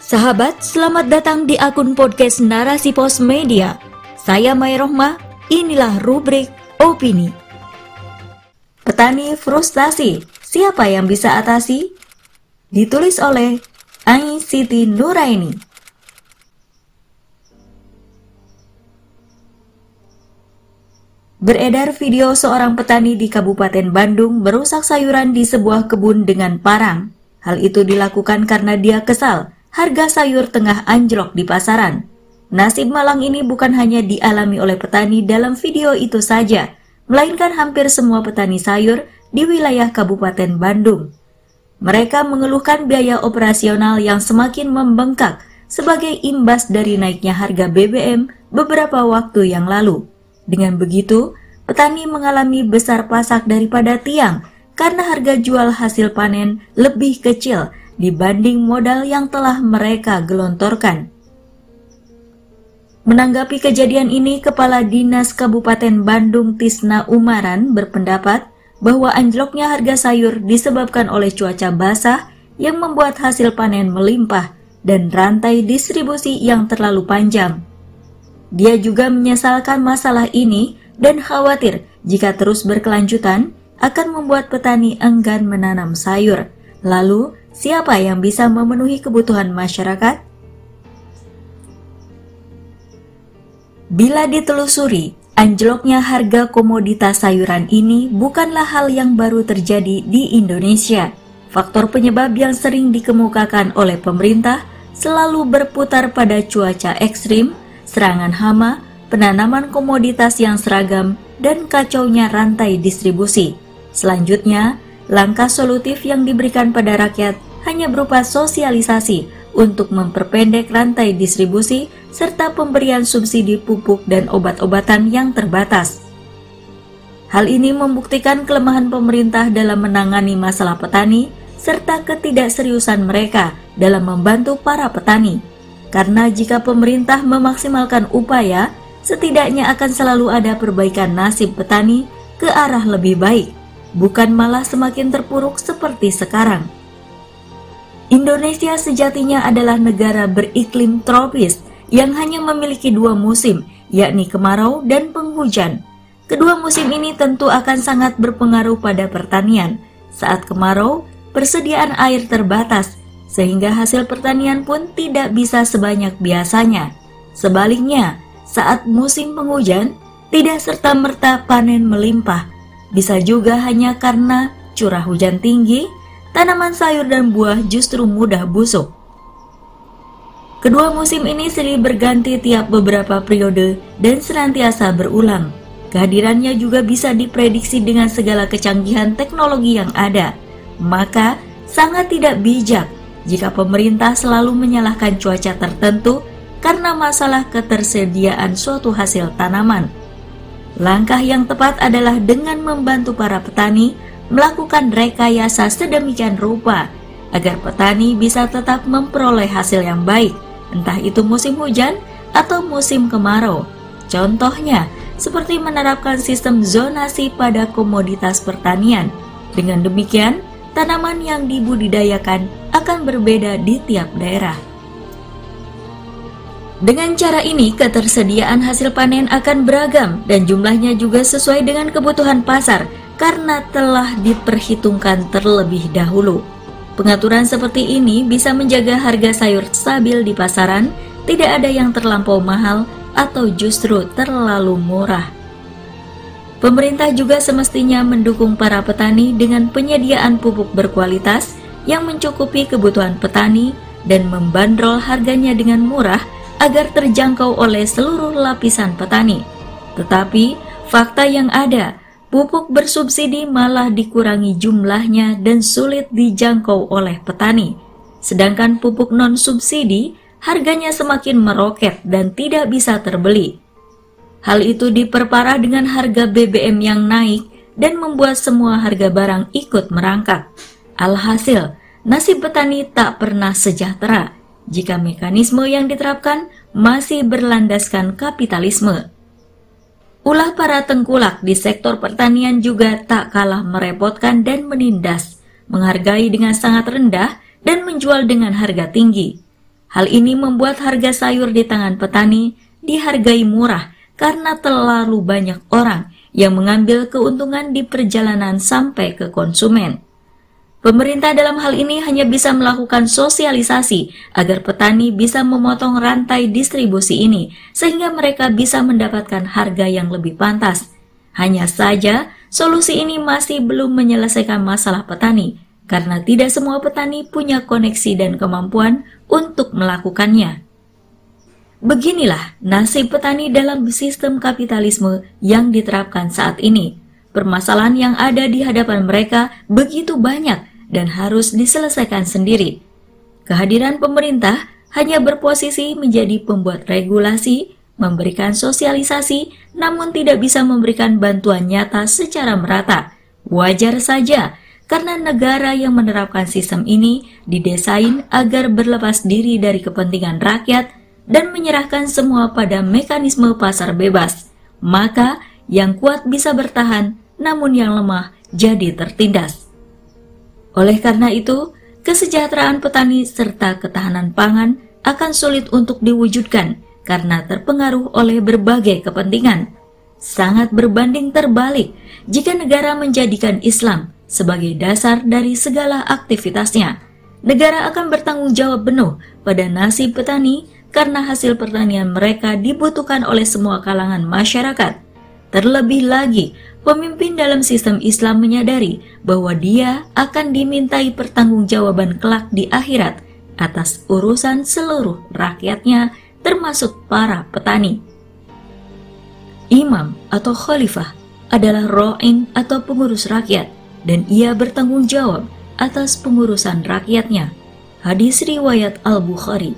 Sahabat, selamat datang di akun podcast Narasi Pos Media. Saya Mai Rohmah, inilah rubrik Opini. Petani frustasi, siapa yang bisa atasi? Ditulis oleh Ai Siti Nuraini. Beredar video seorang petani di Kabupaten Bandung merusak sayuran di sebuah kebun dengan parang. Hal itu dilakukan karena dia kesal harga sayur tengah anjlok di pasaran. Nasib malang ini bukan hanya dialami oleh petani dalam video itu saja, melainkan hampir semua petani sayur di wilayah Kabupaten Bandung. Mereka mengeluhkan biaya operasional yang semakin membengkak sebagai imbas dari naiknya harga BBM beberapa waktu yang lalu. Dengan begitu, petani mengalami besar pasak daripada tiang karena harga jual hasil panen lebih kecil dibanding modal yang telah mereka gelontorkan. Menanggapi kejadian ini, Kepala Dinas Kabupaten Bandung Tisna Umaran berpendapat bahwa anjloknya harga sayur disebabkan oleh cuaca basah yang membuat hasil panen melimpah dan rantai distribusi yang terlalu panjang. Dia juga menyesalkan masalah ini dan khawatir jika terus berkelanjutan akan membuat petani enggan menanam sayur. Lalu, siapa yang bisa memenuhi kebutuhan masyarakat? Bila ditelusuri, anjloknya harga komoditas sayuran ini bukanlah hal yang baru terjadi di Indonesia. Faktor penyebab yang sering dikemukakan oleh pemerintah selalu berputar pada cuaca ekstrim, serangan hama, penanaman komoditas yang seragam, dan kacaunya rantai distribusi. Selanjutnya, langkah solutif yang diberikan pada rakyat hanya berupa sosialisasi untuk memperpendek rantai distribusi serta pemberian subsidi pupuk dan obat-obatan yang terbatas. Hal ini membuktikan kelemahan pemerintah dalam menangani masalah petani serta ketidakseriusan mereka dalam membantu para petani. Karena jika pemerintah memaksimalkan upaya, setidaknya akan selalu ada perbaikan nasib petani ke arah lebih baik, bukan malah semakin terpuruk seperti sekarang. Indonesia sejatinya adalah negara beriklim tropis yang hanya memiliki dua musim, yakni kemarau dan penghujan. Kedua musim ini tentu akan sangat berpengaruh pada pertanian. Saat kemarau, persediaan air terbatas, sehingga hasil pertanian pun tidak bisa sebanyak biasanya. Sebaliknya, saat musim penghujan, tidak serta-merta panen melimpah. Bisa juga hanya karena curah hujan tinggi, tanaman sayur dan buah justru mudah busuk. Kedua musim ini silih berganti tiap beberapa periode dan senantiasa berulang. Kehadirannya juga bisa diprediksi dengan segala kecanggihan teknologi yang ada. Maka, sangat tidak bijak jika pemerintah selalu menyalahkan cuaca tertentu karena masalah ketersediaan suatu hasil tanaman. Langkah yang tepat adalah dengan membantu para petani melakukan rekayasa sedemikian rupa agar petani bisa tetap memperoleh hasil yang baik, entah itu musim hujan atau musim kemarau. Contohnya, seperti menerapkan sistem zonasi pada komoditas pertanian. Dengan demikian, tanaman yang dibudidayakan akan berbeda di tiap daerah. Dengan cara ini, ketersediaan hasil panen akan beragam dan jumlahnya juga sesuai dengan kebutuhan pasar karena telah diperhitungkan terlebih dahulu. Pengaturan seperti ini bisa menjaga harga sayur stabil di pasaran, tidak ada yang terlampau mahal atau justru terlalu murah. Pemerintah juga semestinya mendukung para petani dengan penyediaan pupuk berkualitas yang mencukupi kebutuhan petani dan membandrol harganya dengan murah agar terjangkau oleh seluruh lapisan petani. Tetapi, fakta yang ada, pupuk bersubsidi malah dikurangi jumlahnya dan sulit dijangkau oleh petani. Sedangkan pupuk non-subsidi harganya semakin meroket dan tidak bisa terbeli. Hal itu diperparah dengan harga BBM yang naik dan membuat semua harga barang ikut merangkak. Alhasil, nasib petani tak pernah sejahtera jika mekanisme yang diterapkan masih berlandaskan kapitalisme. Ulah para tengkulak di sektor pertanian juga tak kalah merepotkan dan menindas, menghargai dengan sangat rendah dan menjual dengan harga tinggi. Hal ini membuat harga sayur di tangan petani dihargai murah karena terlalu banyak orang yang mengambil keuntungan di perjalanan sampai ke konsumen. Pemerintah dalam hal ini hanya bisa melakukan sosialisasi agar petani bisa memotong rantai distribusi ini sehingga mereka bisa mendapatkan harga yang lebih pantas. Hanya saja, solusi ini masih belum menyelesaikan masalah petani karena tidak semua petani punya koneksi dan kemampuan untuk melakukannya. Beginilah nasib petani dalam sistem kapitalisme yang diterapkan saat ini. Permasalahan yang ada di hadapan mereka begitu banyak dan harus diselesaikan sendiri. Kehadiran pemerintah hanya berposisi menjadi pembuat regulasi, memberikan sosialisasi, namun tidak bisa memberikan bantuan nyata secara merata. Wajar saja, karena negara yang menerapkan sistem ini didesain agar berlepas diri dari kepentingan rakyat dan menyerahkan semua pada mekanisme pasar bebas. Maka yang kuat bisa bertahan, namun yang lemah jadi tertindas. Oleh karena itu, kesejahteraan petani serta ketahanan pangan akan sulit untuk diwujudkan karena terpengaruh oleh berbagai kepentingan. Sangat berbanding terbalik jika negara menjadikan Islam sebagai dasar dari segala aktivitasnya. Negara akan bertanggung jawab penuh pada nasib petani karena hasil pertanian mereka dibutuhkan oleh semua kalangan masyarakat. Terlebih lagi, pemimpin dalam sistem Islam menyadari bahwa dia akan dimintai pertanggungjawaban kelak di akhirat atas urusan seluruh rakyatnya, termasuk para petani. Imam atau khalifah adalah ro'in atau pengurus rakyat, dan ia bertanggung jawab atas pengurusan rakyatnya. Hadis riwayat Al-Bukhari.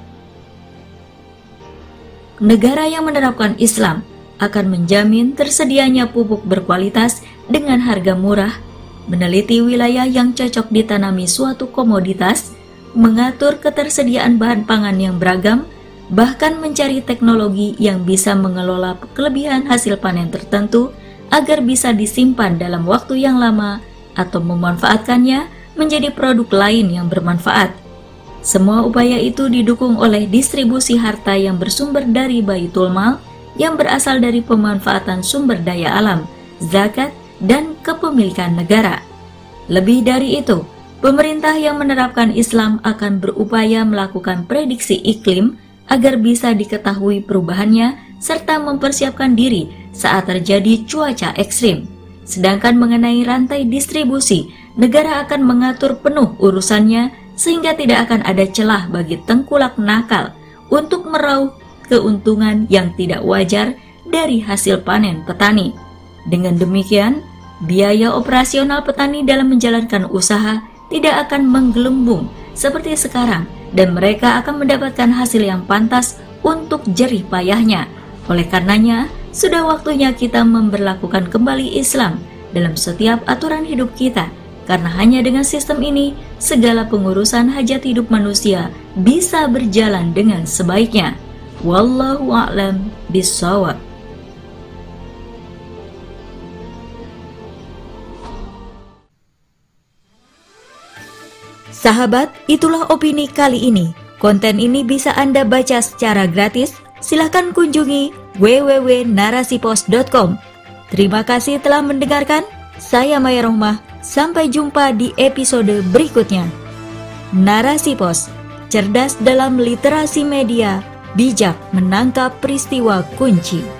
Negara yang menerapkan Islam akan menjamin tersedianya pupuk berkualitas dengan harga murah, meneliti wilayah yang cocok ditanami suatu komoditas, mengatur ketersediaan bahan pangan yang beragam, bahkan mencari teknologi yang bisa mengelola kelebihan hasil panen tertentu agar bisa disimpan dalam waktu yang lama atau memanfaatkannya menjadi produk lain yang bermanfaat. Semua upaya itu didukung oleh distribusi harta yang bersumber dari Baitul Mal yang berasal dari pemanfaatan sumber daya alam, zakat, dan kepemilikan negara. Lebih dari itu, pemerintah yang menerapkan Islam akan berupaya melakukan prediksi iklim agar bisa diketahui perubahannya serta mempersiapkan diri saat terjadi cuaca ekstrim. Sedangkan mengenai rantai distribusi, negara akan mengatur penuh urusannya sehingga tidak akan ada celah bagi tengkulak nakal untuk meraup keuntungan yang tidak wajar dari hasil panen petani. Dengan demikian, biaya operasional petani dalam menjalankan usaha tidak akan menggelembung seperti sekarang dan mereka akan mendapatkan hasil yang pantas untuk jerih payahnya. Oleh karenanya, sudah waktunya kita memberlakukan kembali Islam dalam setiap aturan hidup kita, karena hanya dengan sistem ini, segala pengurusan hajat hidup manusia bisa berjalan dengan sebaiknya. Wallahu a'lam bishawab. Sahabat, itulah opini kali ini. Konten ini bisa Anda baca secara gratis. Silahkan kunjungi www.narasipos.com. Terima kasih telah mendengarkan. Saya Maya Rohmah. Sampai jumpa di episode berikutnya. Narasi Pos, cerdas dalam literasi media, bijak menangkap peristiwa kunci.